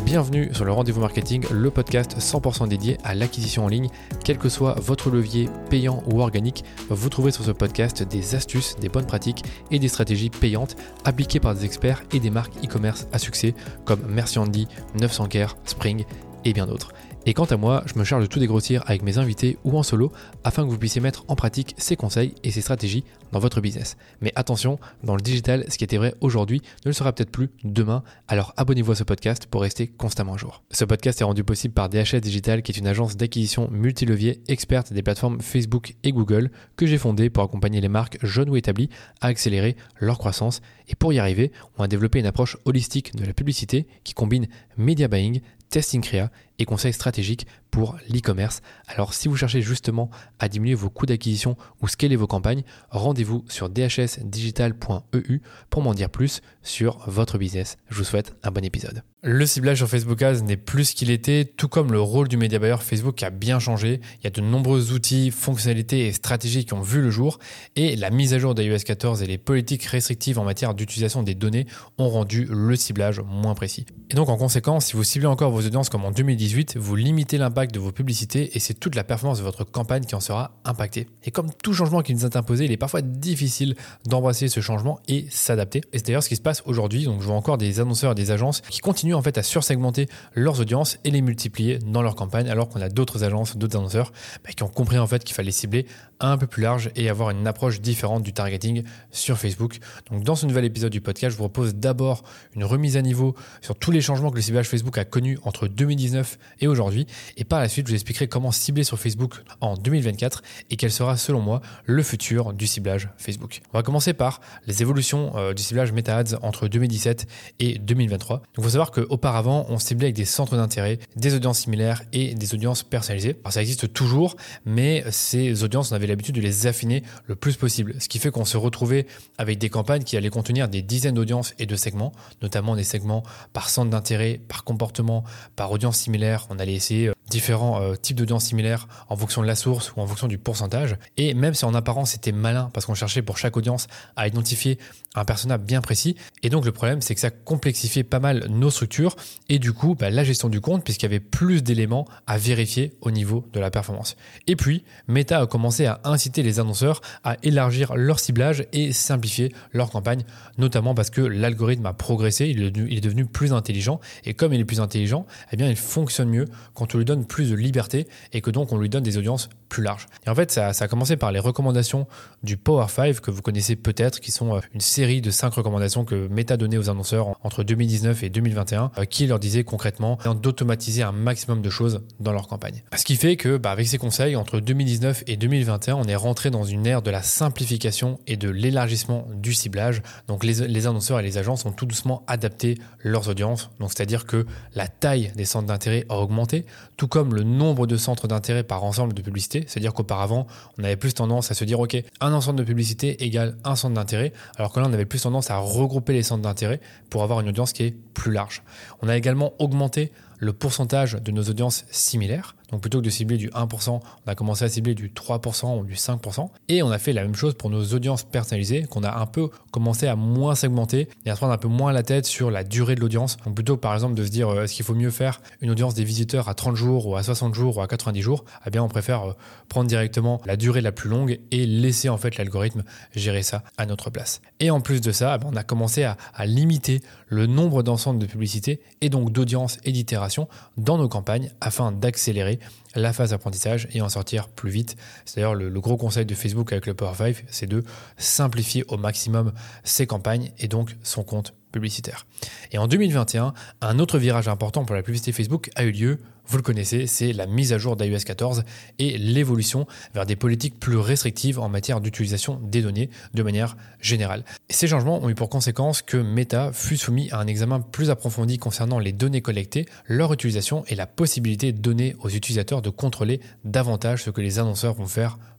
Bienvenue sur le Rendez-vous Marketing, le podcast 100% dédié à l'acquisition en ligne. Quel que soit votre levier payant ou organique, vous trouverez sur ce podcast des astuces, des bonnes pratiques et des stratégies payantes appliquées par des experts et des marques e-commerce à succès comme Merci Andy, 900care, Spring et bien d'autres. Et quant à moi, je me charge de tout dégrossir avec mes invités ou en solo afin que vous puissiez mettre en pratique ces conseils et ces stratégies dans votre business. Mais attention, dans le digital, ce qui était vrai aujourd'hui ne le sera peut-être plus demain, alors abonnez-vous à ce podcast pour rester constamment à jour. Ce podcast est rendu possible par DHS Digital, qui est une agence d'acquisition multilevier experte des plateformes Facebook et Google que j'ai fondée pour accompagner les marques jeunes ou établies à accélérer leur croissance. Et pour y arriver, on a développé une approche holistique de la publicité qui combine media buying, testing créa et conseils stratégiques pour l'e-commerce. Alors si vous cherchez justement à diminuer vos coûts d'acquisition ou scaler vos campagnes, rendez-vous sur dhsdigital.eu pour m'en dire plus sur votre business. Je vous souhaite un bon épisode. Le ciblage sur Facebook Ads n'est plus ce qu'il était, tout comme le rôle du média buyer Facebook a bien changé. Il y a de nombreux outils, fonctionnalités et stratégies qui ont vu le jour et la mise à jour d'iOS 14 et les politiques restrictives en matière d'utilisation des données ont rendu le ciblage moins précis. Et donc en conséquence, si vous ciblez encore vos audiences comme en 2018, vous limitez l'impact de vos publicités et c'est toute la performance de votre campagne qui en sera impactée. Et comme tout changement qui nous est imposé, il est parfois difficile d'embrasser ce changement et s'adapter. Et c'est d'ailleurs ce qui se passe aujourd'hui. Donc je vois encore des annonceurs et des agences qui continuent en fait à sursegmenter leurs audiences et les multiplier dans leur campagne, alors qu'on a d'autres agences, d'autres annonceurs qui ont compris en fait qu'il fallait cibler un peu plus large et avoir une approche différente du targeting sur Facebook. Donc dans ce nouvel épisode du podcast, je vous propose d'abord une remise à niveau sur tous les changements que le ciblage Facebook a connus entre 2019 et aujourd'hui. Et par la suite, je vous expliquerai comment cibler sur Facebook en 2024 et quel sera selon moi le futur du ciblage Facebook. On va commencer par les évolutions du ciblage Meta Ads entre 2017 et 2023. Donc il faut savoir qu'auparavant, on ciblait avec des centres d'intérêt, des audiences similaires et des audiences personnalisées. Alors ça existe toujours, mais ces audiences, on avait l'habitude de les affiner le plus possible. Ce qui fait qu'on se retrouvait avec des campagnes qui allaient contenir des dizaines d'audiences et de segments, notamment des segments par centre d'intérêt, par comportement, par audience similaire. On allait essayer différents types d'audiences similaires en fonction de la source ou en fonction du pourcentage. Et même si en apparence c'était malin parce qu'on cherchait pour chaque audience à identifier un persona bien précis. Et donc le problème, c'est que ça complexifiait pas mal nos structures et du coup la gestion du compte, puisqu'il y avait plus d'éléments à vérifier au niveau de la performance. Et puis Meta a commencé à inciter les annonceurs à élargir leur ciblage et simplifier leur campagne, notamment parce que l'algorithme a progressé, il est devenu plus intelligent et comme il est plus intelligent, eh bien il fonctionne mieux quand on lui donne plus de liberté et que donc on lui donne des audiences plus larges. Et en fait, ça a commencé par les recommandations du Power 5 que vous connaissez peut-être, qui sont une série de 5 recommandations que Meta donnait aux annonceurs entre 2019 et 2021, qui leur disait concrètement d'automatiser un maximum de choses dans leur campagne. Ce qui fait que, avec ces conseils, entre 2019 et 2021, on est rentré dans une ère de la simplification et de l'élargissement du ciblage. Donc les annonceurs et les agences ont tout doucement adapté leurs audiences. Donc c'est-à-dire que la taille des centres d'intérêt a augmenté, tout comme le nombre de centres d'intérêt par ensemble de publicité. C'est-à-dire qu'auparavant, on avait plus tendance à se dire, OK, un ensemble de publicité égale un centre d'intérêt, alors que là, on avait plus tendance à regrouper les centres d'intérêt pour avoir une audience qui est plus large. On a également augmenté le pourcentage de nos audiences similaires. Donc plutôt que de cibler du 1%, on a commencé à cibler du 3% ou du 5%. Et on a fait la même chose pour nos audiences personnalisées, qu'on a un peu commencé à moins segmenter et à se prendre un peu moins la tête sur la durée de l'audience. Donc plutôt par exemple de se dire, est-ce qu'il faut mieux faire une audience des visiteurs à 30 jours ou à 60 jours ou à 90 jours? Eh bien on préfère prendre directement la durée la plus longue et laisser en fait l'algorithme gérer ça à notre place. Et en plus de ça, on a commencé à limiter le nombre d'ensembles de publicités et donc d'audiences et d'itérations dans nos campagnes afin d'accélérer la phase d'apprentissage et en sortir plus vite. C'est d'ailleurs le gros conseil de Facebook avec le Power 5, c'est de simplifier au maximum ses campagnes et donc son compte publicitaire. Et en 2021, un autre virage important pour la publicité Facebook a eu lieu. Vous le connaissez, c'est la mise à jour d'iOS 14 et l'évolution vers des politiques plus restrictives en matière d'utilisation des données de manière générale. Et ces changements ont eu pour conséquence que Meta fut soumis à un examen plus approfondi concernant les données collectées, leur utilisation et la possibilité donnée aux utilisateurs de contrôler davantage ce que les annonceurs vont faire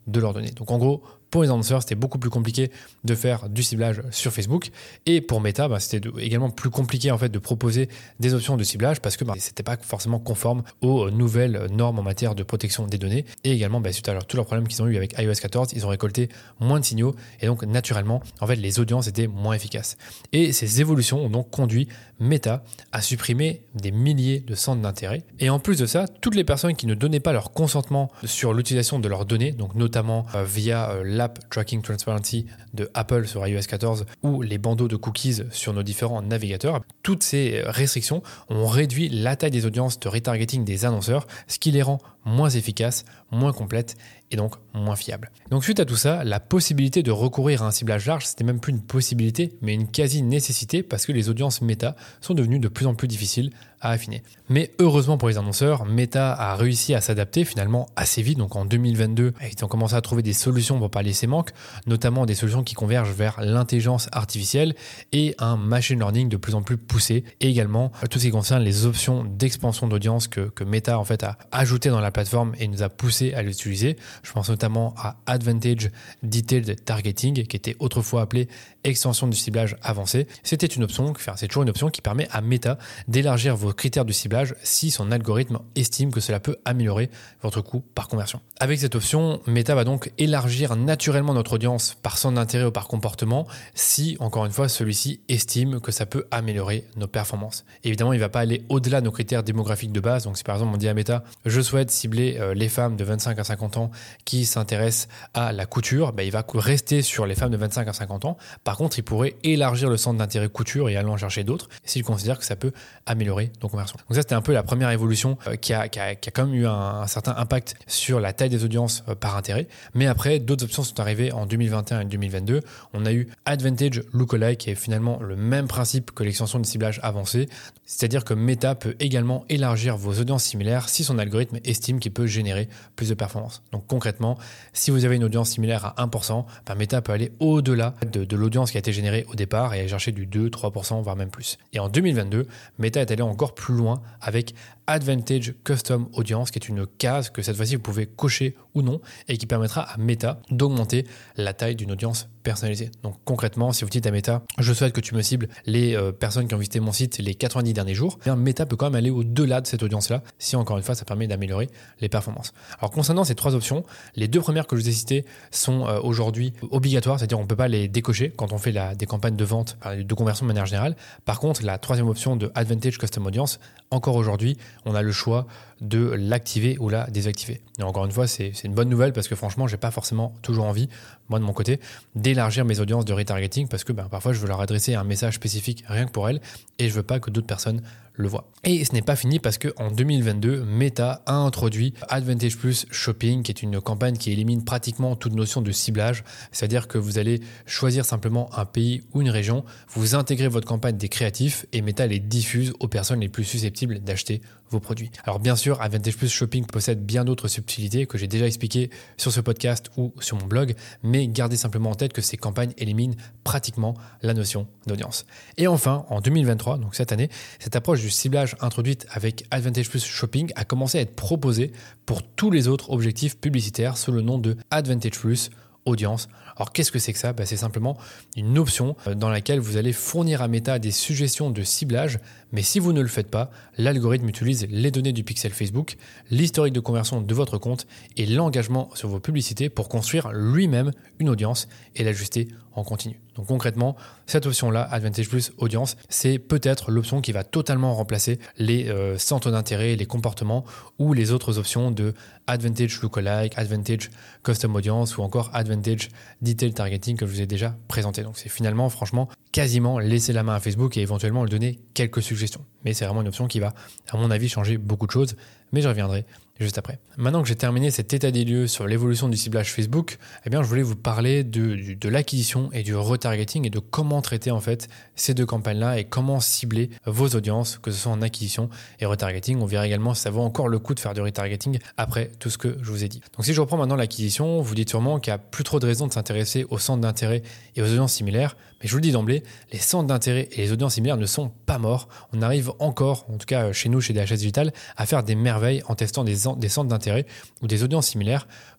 de leurs données. Donc en gros, pour les annonceurs, c'était beaucoup plus compliqué de faire du ciblage sur Facebook. Et pour Meta, c'était également plus compliqué en fait de proposer des options de ciblage parce que c'était pas forcément conforme aux nouvelles normes en matière de protection des données. Et également, suite à tous leurs problèmes qu'ils ont eu avec iOS 14, ils ont récolté moins de signaux et donc naturellement, en fait, les audiences étaient moins efficaces. Et ces évolutions ont donc conduit Meta à supprimer des milliers de centres d'intérêt. Et en plus de ça, toutes les personnes qui ne donnaient pas leur consentement sur l'utilisation de leurs données, donc notamment via l'App Tracking Transparency de Apple sur iOS 14 ou les bandeaux de cookies sur nos différents navigateurs, toutes ces restrictions ont réduit la taille des audiences de retargeting des annonceurs, ce qui les rend moins efficaces, moins complètes et donc moins fiables. Donc suite à tout ça, la possibilité de recourir à un ciblage large, c'était même plus une possibilité, mais une quasi-nécessité parce que les audiences Meta sont devenues de plus en plus difficiles à affiner. Mais heureusement pour les annonceurs, Meta a réussi à s'adapter finalement assez vite. Donc en 2022, ils ont commencé à trouver des solutions pour pallier ces manques, notamment des solutions qui convergent vers l'intelligence artificielle et un machine learning de plus en plus poussé. Et également tout ce qui concerne les options d'expansion d'audience que Meta en fait a ajouté dans la plateforme et nous a poussé à l'utiliser. Je pense notamment à Advantage Detailed Targeting, qui était autrefois appelé extension du ciblage avancé. C'était une option, c'est toujours une option qui permet à Meta d'élargir vos critères de ciblage si son algorithme estime que cela peut améliorer votre coût par conversion. Avec cette option, Meta va donc élargir naturellement notre audience par centre d'intérêt ou par comportement si, encore une fois, celui-ci estime que ça peut améliorer nos performances. Évidemment, il ne va pas aller au-delà de nos critères démographiques de base. Donc si par exemple on dit à Meta, je souhaite cibler les femmes de 25 à 50 ans qui s'intéressent à la couture, il va rester sur les femmes de 25 à 50 ans. Par contre, il pourrait élargir le centre d'intérêt couture et aller en chercher d'autres s'il considère que ça peut améliorer nos conversions. Donc ça, c'était un peu la première évolution qui a quand même eu un certain impact sur la taille des audiences par intérêt. Mais après, d'autres options sont arrivées en 2021 et 2022. On a eu Advantage Lookalike, qui est finalement le même principe que l'extension de ciblage avancé. C'est-à-dire que Meta peut également élargir vos audiences similaires si son algorithme estime qu'il peut générer plus de performance. Donc concrètement, si vous avez une audience similaire à 1%, Meta peut aller au-delà de l'audience qui a été générée au départ et aller chercher du 2, 3%, voire même plus. Et en 2022, Meta est allé encore plus loin avec Advantage Custom Audience, qui est une case que cette fois-ci vous pouvez cocher ou non et qui permettra à Meta d'augmenter la taille d'une audience personnalisée. Donc concrètement, si vous dites à Meta, je souhaite que tu me cibles les personnes qui ont visité mon site les 90 derniers jours, Meta peut quand même aller au-delà de cette audience-là si encore une fois ça permet d'améliorer les performances. Alors concernant ces trois options, les deux premières que je vous ai citées sont aujourd'hui obligatoires, c'est-à-dire on ne peut pas les décocher quand on fait des campagnes de vente, de conversion de manière générale. Par contre, la troisième option de Advantage Custom Audience, encore aujourd'hui, on a le choix de l'activer ou la désactiver. Et encore une fois, c'est une bonne nouvelle parce que franchement, j'ai pas forcément toujours envie, moi de mon côté, d'élargir mes audiences de retargeting parce que parfois je veux leur adresser un message spécifique rien que pour elles et je veux pas que d'autres personnes le voient. Et ce n'est pas fini parce qu'en 2022, Meta a introduit Advantage Plus Shopping, qui est une campagne qui élimine pratiquement toute notion de ciblage, c'est-à-dire que vous allez choisir simplement un pays ou une région, vous intégrez votre campagne des créatifs et Meta les diffuse aux personnes les plus susceptibles d'acheter vos produits. Alors bien sûr, Advantage Plus Shopping possède bien d'autres subtilités que j'ai déjà expliquées sur ce podcast ou sur mon blog, mais gardez simplement en tête que ces campagnes éliminent pratiquement la notion d'audience. Et enfin, en 2023, donc cette année, cette approche du ciblage introduite avec Advantage Plus Shopping a commencé à être proposée pour tous les autres objectifs publicitaires sous le nom de Advantage Plus Audience. Alors qu'est-ce que c'est que ça ? C'est simplement une option dans laquelle vous allez fournir à Meta des suggestions de ciblage, mais si vous ne le faites pas, l'algorithme utilise les données du pixel Facebook, l'historique de conversion de votre compte et l'engagement sur vos publicités pour construire lui-même une audience et l'ajuster en continu. Donc concrètement, cette option-là, Advantage Plus Audience, c'est peut-être l'option qui va totalement remplacer les centres d'intérêt, les comportements ou les autres options de Advantage Lookalike, Advantage Custom Audience ou encore Advantage Detailed Targeting que je vous ai déjà présenté. Donc c'est finalement, franchement, quasiment laisser la main à Facebook et éventuellement lui donner quelques suggestions. Mais c'est vraiment une option qui va, à mon avis, changer beaucoup de choses, mais je reviendrai juste après. Maintenant que j'ai terminé cet état des lieux sur l'évolution du ciblage Facebook, je voulais vous parler de l'acquisition et du retargeting et de comment traiter en fait ces deux campagnes-là et comment cibler vos audiences, que ce soit en acquisition et retargeting. On verra également si ça vaut encore le coup de faire du retargeting après tout ce que je vous ai dit. Donc si je reprends maintenant l'acquisition, vous dites sûrement qu'il n'y a plus trop de raisons de s'intéresser aux centres d'intérêt et aux audiences similaires, mais je vous le dis d'emblée, les centres d'intérêt et les audiences similaires ne sont pas morts. On arrive encore, en tout cas chez nous, chez DHS Digital, à faire des merveilles en testant des centres d'intérêt ou des audiences similaires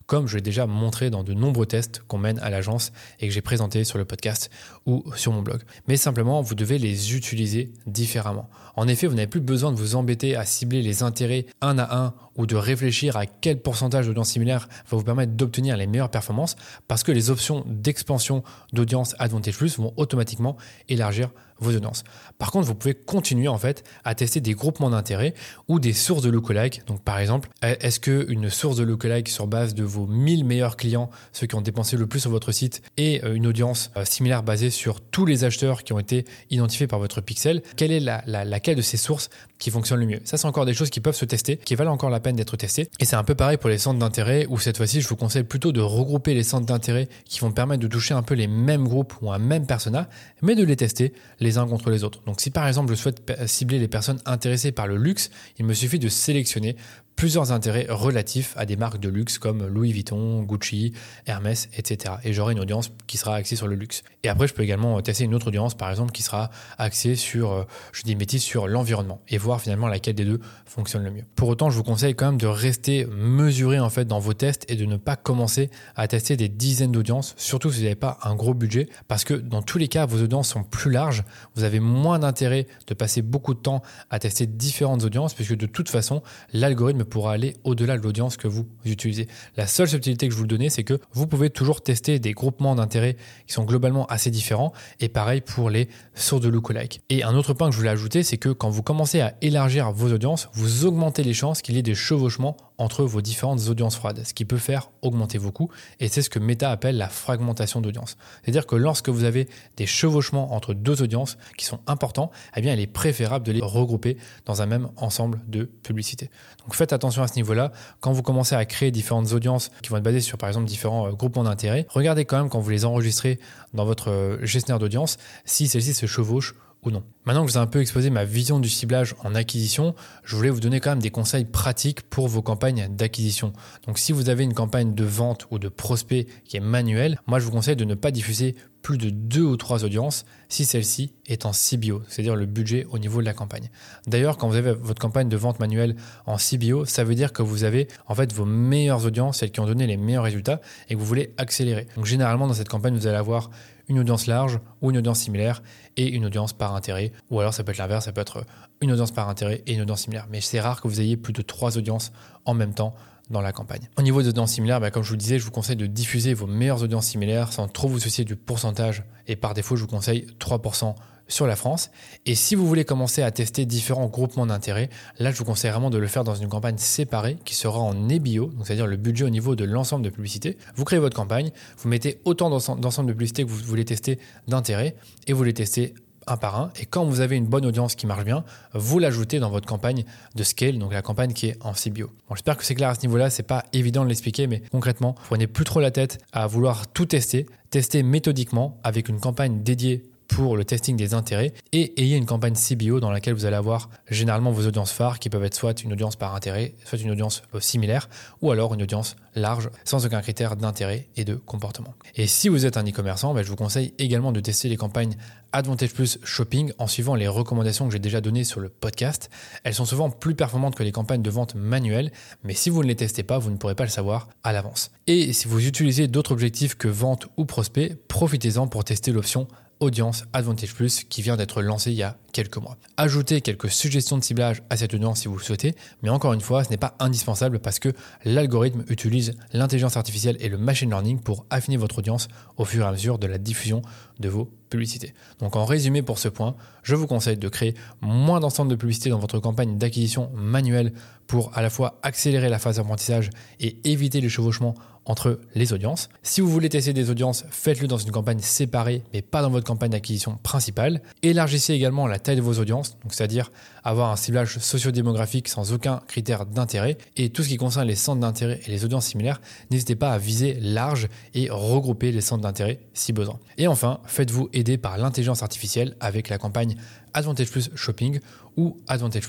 comme je l'ai déjà montré dans de nombreux tests qu'on mène à l'agence et que j'ai présenté sur le podcast ou sur mon blog. Mais simplement, vous devez les utiliser différemment. En effet, vous n'avez plus besoin de vous embêter à cibler les intérêts un à un ou de réfléchir à quel pourcentage d'audience similaire va vous permettre d'obtenir les meilleures performances parce que les options d'expansion d'audience Advantage Plus vont automatiquement élargir vos audiences. Par contre, vous pouvez continuer en fait à tester des groupements d'intérêts ou des sources de lookalike. Donc par exemple, est-ce qu'une source de lookalike sur base de vos 1000 meilleurs clients, ceux qui ont dépensé le plus sur votre site, et une audience similaire basée sur tous les acheteurs qui ont été identifiés par votre pixel, quelle est laquelle de ces sources qui fonctionne le mieux? Ça, c'est encore des choses qui peuvent se tester, qui valent encore la peine d'être testées. Et c'est un peu pareil pour les centres d'intérêt où cette fois-ci, je vous conseille plutôt de regrouper les centres d'intérêt qui vont permettre de toucher un peu les mêmes groupes ou un même persona, mais de les tester les uns contre les autres. Donc si par exemple je souhaite cibler les personnes intéressées par le luxe, il me suffit de sélectionner plusieurs intérêts relatifs à des marques de luxe comme Louis Vuitton, Gucci, Hermès, etc. Et j'aurai une audience qui sera axée sur le luxe. Et après, je peux également tester une autre audience, par exemple, qui sera axée sur, je dis une bêtise, sur l'environnement et voir finalement laquelle des deux fonctionne le mieux. Pour autant, je vous conseille quand même de rester mesuré en fait dans vos tests et de ne pas commencer à tester des dizaines d'audiences, surtout si vous n'avez pas un gros budget, parce que dans tous les cas, vos audiences sont plus larges, vous avez moins d'intérêt de passer beaucoup de temps à tester différentes audiences, puisque de toute façon, l'algorithme pourra aller au-delà de l'audience que vous utilisez. La seule subtilité que je vous le donne, c'est que vous pouvez toujours tester des groupements d'intérêts qui sont globalement assez différents, et pareil pour les sources de lookalike. Et un autre point que je voulais ajouter, c'est que quand vous commencez à élargir vos audiences, vous augmentez les chances qu'il y ait des chevauchements entre vos différentes audiences froides, ce qui peut faire augmenter vos coûts, et c'est ce que Meta appelle la fragmentation d'audience. C'est-à-dire que lorsque vous avez des chevauchements entre deux audiences qui sont importants, eh bien il est préférable de les regrouper dans un même ensemble de publicités. Donc faites attention à ce niveau-là. Quand vous commencez à créer différentes audiences qui vont être basées sur par exemple différents groupements d'intérêts, regardez quand même quand vous les enregistrez dans votre gestionnaire d'audience si celle-ci se chevauche ou non. Maintenant que je vous ai un peu exposé ma vision du ciblage en acquisition, je voulais vous donner quand même des conseils pratiques pour vos campagnes d'acquisition. Donc si vous avez une campagne de vente ou de prospect qui est manuelle, moi je vous conseille de ne pas diffuser plus de 2 ou 3 audiences si celle-ci est en CBO, c'est-à-dire le budget au niveau de la campagne. D'ailleurs, quand vous avez votre campagne de vente manuelle en CBO, ça veut dire que vous avez en fait vos meilleures audiences, celles qui ont donné les meilleurs résultats et que vous voulez accélérer. Donc généralement dans cette campagne, vous allez avoir une audience large ou une audience similaire et une audience par intérêt. Ou alors ça peut être l'inverse, ça peut être une audience par intérêt et une audience similaire. Mais c'est rare que vous ayez plus de 3 audiences en même temps dans la campagne. Au niveau des audiences similaires, comme je vous le disais, je vous conseille de diffuser vos meilleures audiences similaires sans trop vous soucier du pourcentage. Et par défaut, je vous conseille 3% sur la France. Et si vous voulez commencer à tester différents groupements d'intérêts, là, je vous conseille vraiment de le faire dans une campagne séparée qui sera en EBO, donc c'est-à-dire le budget au niveau de l'ensemble de publicités. Vous créez votre campagne, vous mettez autant d'ensemble de publicités que vous voulez tester d'intérêts et vous les testez un par un, et quand vous avez une bonne audience qui marche bien, vous l'ajoutez dans votre campagne de scale, donc la campagne qui est en CBO. Bon, j'espère que c'est clair à ce niveau-là, c'est pas évident de l'expliquer, mais concrètement, prenez plus trop la tête à vouloir tout tester méthodiquement avec une campagne dédiée pour le testing des intérêts et ayez une campagne CBO dans laquelle vous allez avoir généralement vos audiences phares qui peuvent être soit une audience par intérêt, soit une audience similaire ou alors une audience large sans aucun critère d'intérêt et de comportement. Et si vous êtes un e-commerçant, je vous conseille également de tester les campagnes Advantage Plus Shopping en suivant les recommandations que j'ai déjà données sur le podcast. Elles sont souvent plus performantes que les campagnes de vente manuelles, mais si vous ne les testez pas, vous ne pourrez pas le savoir à l'avance. Et si vous utilisez d'autres objectifs que vente ou prospect, profitez-en pour tester l'option Audience Advantage Plus qui vient d'être lancée il y a quelques mois. Ajoutez quelques suggestions de ciblage à cette audience si vous le souhaitez, mais encore une fois, ce n'est pas indispensable parce que l'algorithme utilise l'intelligence artificielle et le machine learning pour affiner votre audience au fur et à mesure de la diffusion de vos publicités. Donc en résumé pour ce point, je vous conseille de créer moins d'ensemble de publicités dans votre campagne d'acquisition manuelle pour à la fois accélérer la phase d'apprentissage et éviter les chevauchements entre les audiences. Si vous voulez tester des audiences, faites-le dans une campagne séparée, mais pas dans votre campagne d'acquisition principale. Élargissez également la taille de vos audiences, donc c'est-à-dire avoir un ciblage socio-démographique sans aucun critère d'intérêt. Et tout ce qui concerne les centres d'intérêt et les audiences similaires, n'hésitez pas à viser large et regrouper les centres d'intérêt si besoin. Et enfin, faites-vous aider par l'intelligence artificielle avec la campagne Advantage Plus Shopping ou Advantage Plus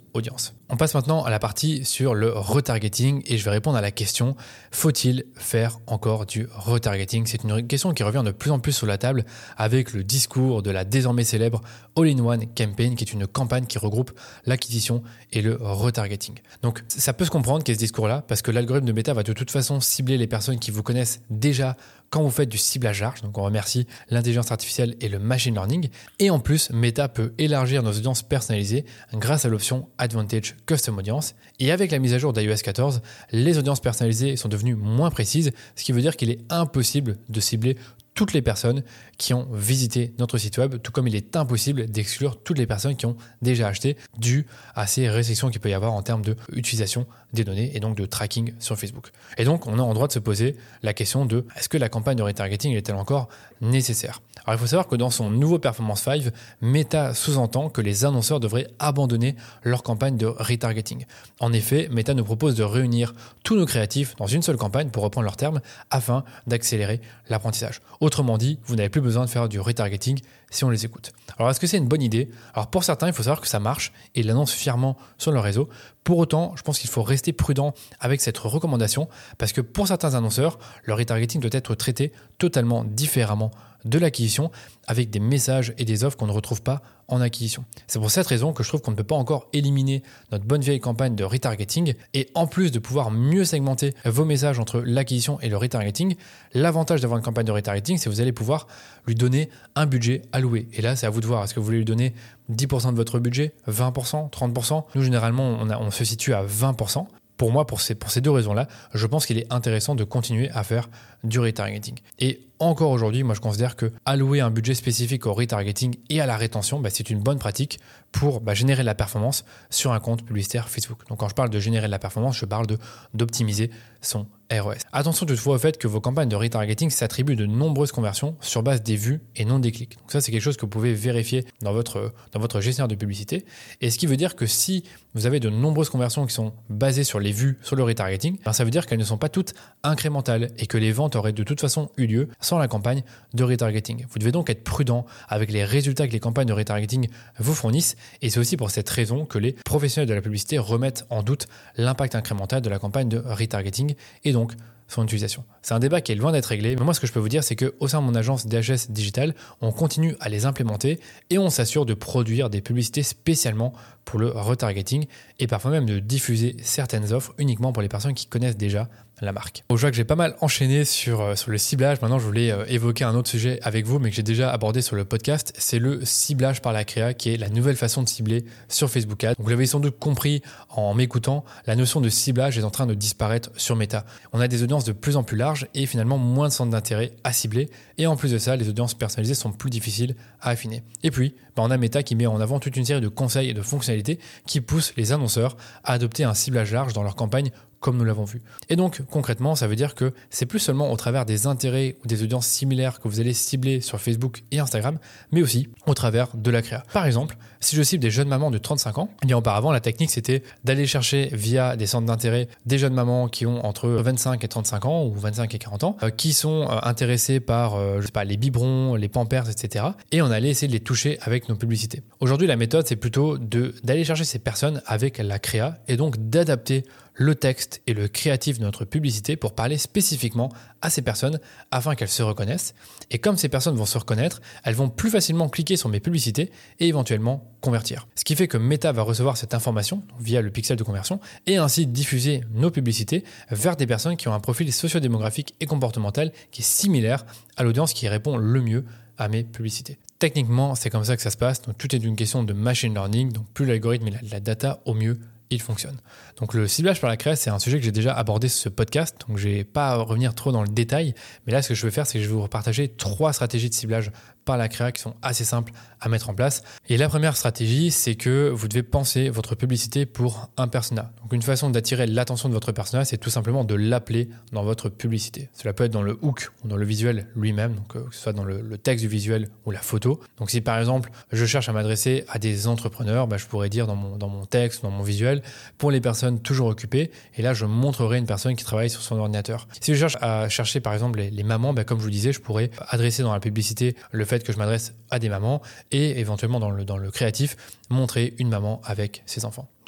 audience. On passe maintenant à la partie sur le retargeting et je vais répondre à la question: faut-il faire encore du retargeting? C'est une question qui revient de plus en plus sur la table avec le discours de la désormais célèbre All-in-One Campaign, qui est une campagne qui regroupe l'acquisition et le retargeting. Donc ça peut se comprendre qu'il y ait ce discours-là parce que l'algorithme de Meta va de toute façon cibler les personnes qui vous connaissent déjà quand vous faites du ciblage large. Donc on remercie l'intelligence artificielle et le machine learning. Et en plus, Meta peut élargir nos audiences personnalisées grâce à l'option Advantage Custom Audience. Et avec la mise à jour d'iOS 14, les audiences personnalisées sont devenues moins précises, ce qui veut dire qu'il est impossible de cibler toutes les personnes qui ont visité notre site web, tout comme il est impossible d'exclure toutes les personnes qui ont déjà acheté dû à ces restrictions qu'il peut y avoir en termes d'utilisation des données et donc de tracking sur Facebook. Et donc, on a en droit de se poser la question de: est-ce que la campagne de retargeting est-elle encore nécessaire? Alors, il faut savoir que dans son nouveau Performance 5, Meta sous-entend que les annonceurs devraient abandonner leur campagne de retargeting. En effet, Meta nous propose de réunir tous nos créatifs dans une seule campagne, pour reprendre leurs termes, afin d'accélérer l'apprentissage. Autrement dit, vous n'avez plus besoin de faire du retargeting si on les écoute. Alors, est-ce que c'est une bonne idée? Alors, pour certains, il faut savoir que ça marche et ils l'annoncent fièrement sur leur réseau. Pour autant, je pense qu'il faut rester prudent avec cette recommandation parce que pour certains annonceurs, le retargeting doit être traité totalement différemment de l'acquisition, avec des messages et des offres qu'on ne retrouve pas en acquisition. C'est pour cette raison que je trouve qu'on ne peut pas encore éliminer notre bonne vieille campagne de retargeting, et en plus de pouvoir mieux segmenter vos messages entre l'acquisition et le retargeting, l'avantage d'avoir une campagne de retargeting, c'est que vous allez pouvoir lui donner un budget alloué. Et là, c'est à vous de voir. Est-ce que vous voulez lui donner 10% de votre budget, 20%, 30%? Nous, généralement, on se situe à 20%. Pour moi, pour ces deux raisons-là, je pense qu'il est intéressant de continuer à faire du retargeting. Et encore aujourd'hui, moi je considère que allouer un budget spécifique au retargeting et à la rétention, c'est une bonne pratique pour générer de la performance sur un compte publicitaire Facebook. Donc quand je parle de générer de la performance, je parle d'optimiser son ROS. Attention toutefois au fait que vos campagnes de retargeting s'attribuent de nombreuses conversions sur base des vues et non des clics. Donc ça, c'est quelque chose que vous pouvez vérifier dans votre gestionnaire de publicité. Et ce qui veut dire que si vous avez de nombreuses conversions qui sont basées sur les vues sur le retargeting, ça veut dire qu'elles ne sont pas toutes incrémentales et que les ventes auraient de toute façon eu lieu sans la campagne de retargeting. Vous devez donc être prudent avec les résultats que les campagnes de retargeting vous fournissent, et c'est aussi pour cette raison que les professionnels de la publicité remettent en doute l'impact incrémental de la campagne de retargeting et donc son utilisation. C'est un débat qui est loin d'être réglé, mais moi ce que je peux vous dire, c'est qu'au sein de mon agence DHS Digital, on continue à les implémenter et on s'assure de produire des publicités spécialement pour le retargeting et parfois même de diffuser certaines offres uniquement pour les personnes qui connaissent déjà la marque. Je vois que j'ai pas mal enchaîné sur le ciblage. Maintenant, je voulais évoquer un autre sujet avec vous, mais que j'ai déjà abordé sur le podcast. C'est le ciblage par la créa, qui est la nouvelle façon de cibler sur Facebook Ads. Donc, vous l'avez sans doute compris en m'écoutant, la notion de ciblage est en train de disparaître sur Meta. On a des audiences de plus en plus larges et finalement moins de centres d'intérêt à cibler. Et en plus de ça, les audiences personnalisées sont plus difficiles à affiner. Et puis, on a Meta qui met en avant toute une série de conseils et de fonctionnalités qui poussent les annonceurs à adopter un ciblage large dans leur campagne, comme nous l'avons vu. Et donc, concrètement, ça veut dire que c'est plus seulement au travers des intérêts ou des audiences similaires que vous allez cibler sur Facebook et Instagram, mais aussi au travers de la créa. Par exemple, si je cible des jeunes mamans de 35 ans, bien auparavant, la technique, c'était d'aller chercher via des centres d'intérêt des jeunes mamans qui ont entre 25 et 35 ans ou 25 et 40 ans, qui sont intéressées par, les biberons, les pampers, etc. Et on allait essayer de les toucher avec nos publicités. Aujourd'hui, la méthode, c'est plutôt d'aller chercher ces personnes avec la créa et donc d'adapter le texte et le créatif de notre publicité pour parler spécifiquement à ces personnes afin qu'elles se reconnaissent. Et comme ces personnes vont se reconnaître, elles vont plus facilement cliquer sur mes publicités et éventuellement convertir. Ce qui fait que Meta va recevoir cette information via le pixel de conversion et ainsi diffuser nos publicités vers des personnes qui ont un profil sociodémographique et comportemental qui est similaire à l'audience qui répond le mieux à mes publicités. Techniquement, c'est comme ça que ça se passe. Donc, tout est une question de machine learning. Donc, plus l'algorithme et la data, au mieux il fonctionne. Donc le ciblage par la créa, c'est un sujet que j'ai déjà abordé sur ce podcast, donc je vais pas revenir trop dans le détail, mais là ce que je vais faire, c'est que je vais vous partager 3 stratégies de ciblage par la créa qui sont assez simples à mettre en place. Et la première stratégie, c'est que vous devez penser votre publicité pour un persona. Donc une façon d'attirer l'attention de votre persona, c'est tout simplement de l'appeler dans votre publicité. Cela peut être dans le hook ou dans le visuel lui-même, donc que ce soit dans le texte du visuel ou la photo. Donc si par exemple, je cherche à m'adresser à des entrepreneurs, je pourrais dire dans mon texte, dans mon visuel, pour les personnes toujours occupées, et là je montrerai une personne qui travaille sur son ordinateur. Si je cherche à chercher par exemple les mamans, comme je vous disais, je pourrais adresser dans la publicité le fait que je m'adresse à des mamans et éventuellement dans le créatif, montrer une maman avec ses enfants.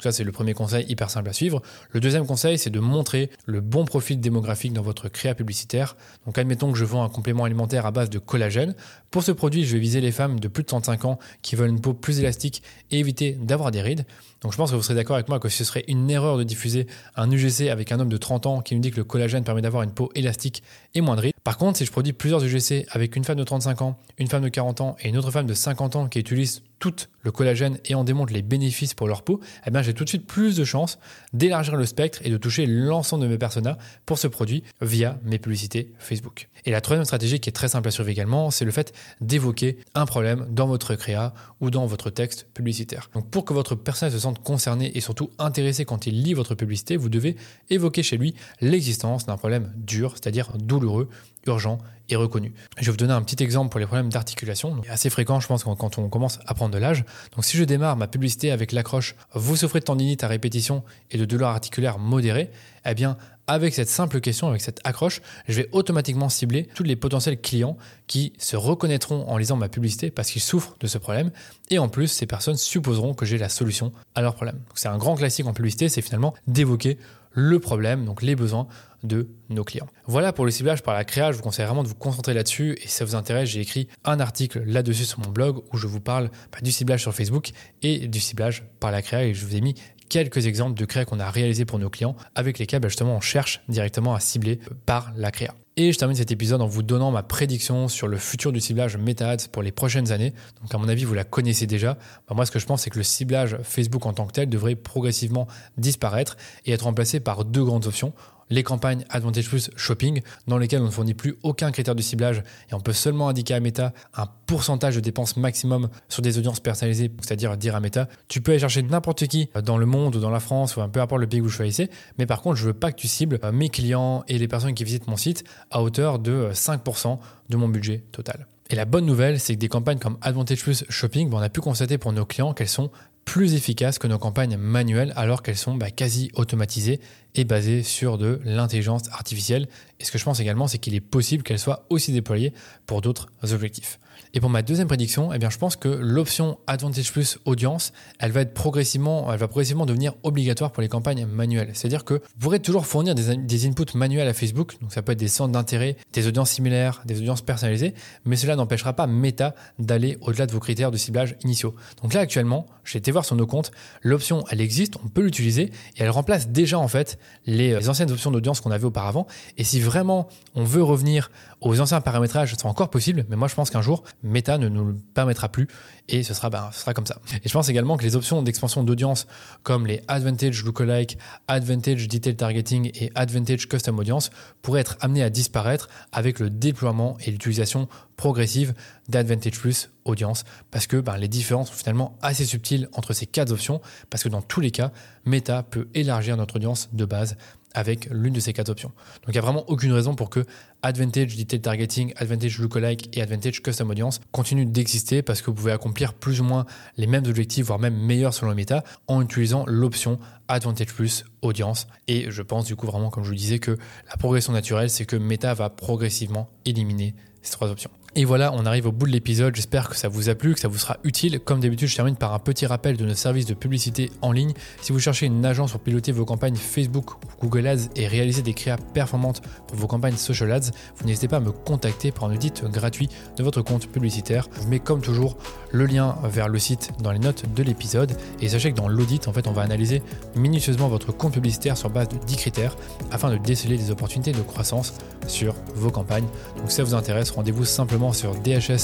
Ça, c'est le premier conseil hyper simple à suivre. Le deuxième conseil, c'est de montrer le bon profil démographique dans votre créa publicitaire. Donc, admettons que je vends un complément alimentaire à base de collagène. Pour ce produit, je vais viser les femmes de plus de 35 ans qui veulent une peau plus élastique et éviter d'avoir des rides. Donc, je pense que vous serez d'accord avec moi que ce serait une erreur de diffuser un UGC avec un homme de 30 ans qui nous dit que le collagène permet d'avoir une peau élastique et moins de rides. Par contre, si je produis plusieurs UGC avec une femme de 35 ans, une femme de 40 ans et une autre femme de 50 ans qui utilisent tout le collagène et en démontrent les bénéfices pour leur peau, eh bien, j'ai tout de suite plus de chances d'élargir le spectre et de toucher l'ensemble de mes personas pour ce produit via mes publicités Facebook. Et la troisième stratégie qui est très simple à suivre également, c'est le fait d'évoquer un problème dans votre créa ou dans votre texte publicitaire. Donc pour que votre persona se sente concerné et surtout intéressé quand il lit votre publicité, vous devez évoquer chez lui l'existence d'un problème dur, c'est-à-dire douloureux, urgent et reconnu. Je vais vous donner un petit exemple pour les problèmes d'articulation. C'est assez fréquent, je pense, quand on commence à prendre de l'âge. Donc si je démarre ma publicité avec l'accroche « Vous souffrez de tendinite à répétition et de douleurs articulaires modérées », eh bien, avec cette simple question, avec cette accroche, je vais automatiquement cibler tous les potentiels clients qui se reconnaîtront en lisant ma publicité parce qu'ils souffrent de ce problème. Et en plus, ces personnes supposeront que j'ai la solution à leur problème. Donc, c'est un grand classique en publicité, c'est finalement d'évoquer le problème, donc les besoins de nos clients. Voilà pour le ciblage par la créa, je vous conseille vraiment de vous concentrer là-dessus et si ça vous intéresse, j'ai écrit un article là-dessus sur mon blog où je vous parle du ciblage sur Facebook et du ciblage par la créa et je vous ai mis quelques exemples de créa qu'on a réalisé pour nos clients avec lesquels justement on cherche directement à cibler par la créa. Et je termine cet épisode en vous donnant ma prédiction sur le futur du ciblage Meta Ads pour les prochaines années. Donc à mon avis, vous la connaissez déjà. Moi, ce que je pense, c'est que le ciblage Facebook en tant que tel devrait progressivement disparaître et être remplacé par deux grandes options. Les campagnes Advantage Plus Shopping, dans lesquelles on ne fournit plus aucun critère de ciblage et on peut seulement indiquer à Meta un pourcentage de dépenses maximum sur des audiences personnalisées, c'est-à-dire dire à Meta, tu peux aller chercher n'importe qui dans le monde ou dans la France ou peu importe le pays que vous choisissez, mais par contre, je veux pas que tu cibles mes clients et les personnes qui visitent mon site à hauteur de 5% de mon budget total. Et la bonne nouvelle, c'est que des campagnes comme Advantage Plus Shopping, on a pu constater pour nos clients qu'elles sont plus efficaces que nos campagnes manuelles alors qu'elles sont quasi automatisées et basées sur de l'intelligence artificielle. Et ce que je pense également, c'est qu'il est possible qu'elles soient aussi déployées pour d'autres objectifs. Et pour ma deuxième prédiction, je pense que l'option Advantage Plus Audience, elle va progressivement devenir obligatoire pour les campagnes manuelles. C'est-à-dire que vous pourrez toujours fournir des inputs manuels à Facebook, donc ça peut être des centres d'intérêt, des audiences similaires, des audiences personnalisées, mais cela n'empêchera pas Meta d'aller au-delà de vos critères de ciblage initiaux. Donc là, actuellement, j'ai été voir sur nos comptes, l'option, elle existe, on peut l'utiliser et elle remplace déjà en fait les anciennes options d'audience qu'on avait auparavant. Et si vraiment on veut revenir aux anciens paramétrages, ce sera encore possible, mais moi je pense qu'un jour, Meta ne nous le permettra plus et ce sera comme ça. Et je pense également que les options d'expansion d'audience comme les Advantage Lookalike, Advantage Detail Targeting et Advantage Custom Audience pourraient être amenées à disparaître avec le déploiement et l'utilisation progressive d'Advantage Plus Audience parce que les différences sont finalement assez subtiles entre ces quatre options parce que dans tous les cas, Meta peut élargir notre audience de base avec l'une de ces quatre options. Donc il n'y a vraiment aucune raison pour que Advantage Detail Targeting, Advantage Lookalike et Advantage Custom Audience continuent d'exister parce que vous pouvez accomplir plus ou moins les mêmes objectifs, voire même meilleurs selon Meta, en utilisant l'option Advantage Plus Audience. Et je pense du coup vraiment, comme je vous le disais, que la progression naturelle, c'est que Meta va progressivement éliminer ces trois options. Et voilà, on arrive au bout de l'épisode. J'espère que ça vous a plu, que ça vous sera utile. Comme d'habitude, je termine par un petit rappel de nos services de publicité en ligne. Si vous cherchez une agence pour piloter vos campagnes Facebook ou Google Ads et réaliser des créas performantes pour vos campagnes Social Ads, vous n'hésitez pas à me contacter pour un audit gratuit de votre compte publicitaire. Je vous mets comme toujours le lien vers le site dans les notes de l'épisode. Et sachez que dans l'audit, en fait, on va analyser minutieusement votre compte publicitaire sur base de 10 critères afin de déceler des opportunités de croissance sur vos campagnes. Donc si ça vous intéresse, rendez-vous simplement sur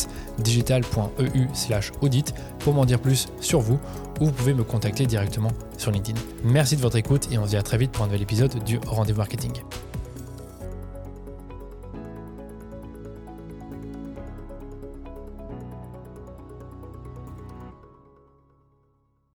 dhsdigital.eu/audit pour m'en dire plus sur vous ou vous pouvez me contacter directement sur LinkedIn. Merci de votre écoute et on se dit à très vite pour un nouvel épisode du Rendez-vous Marketing.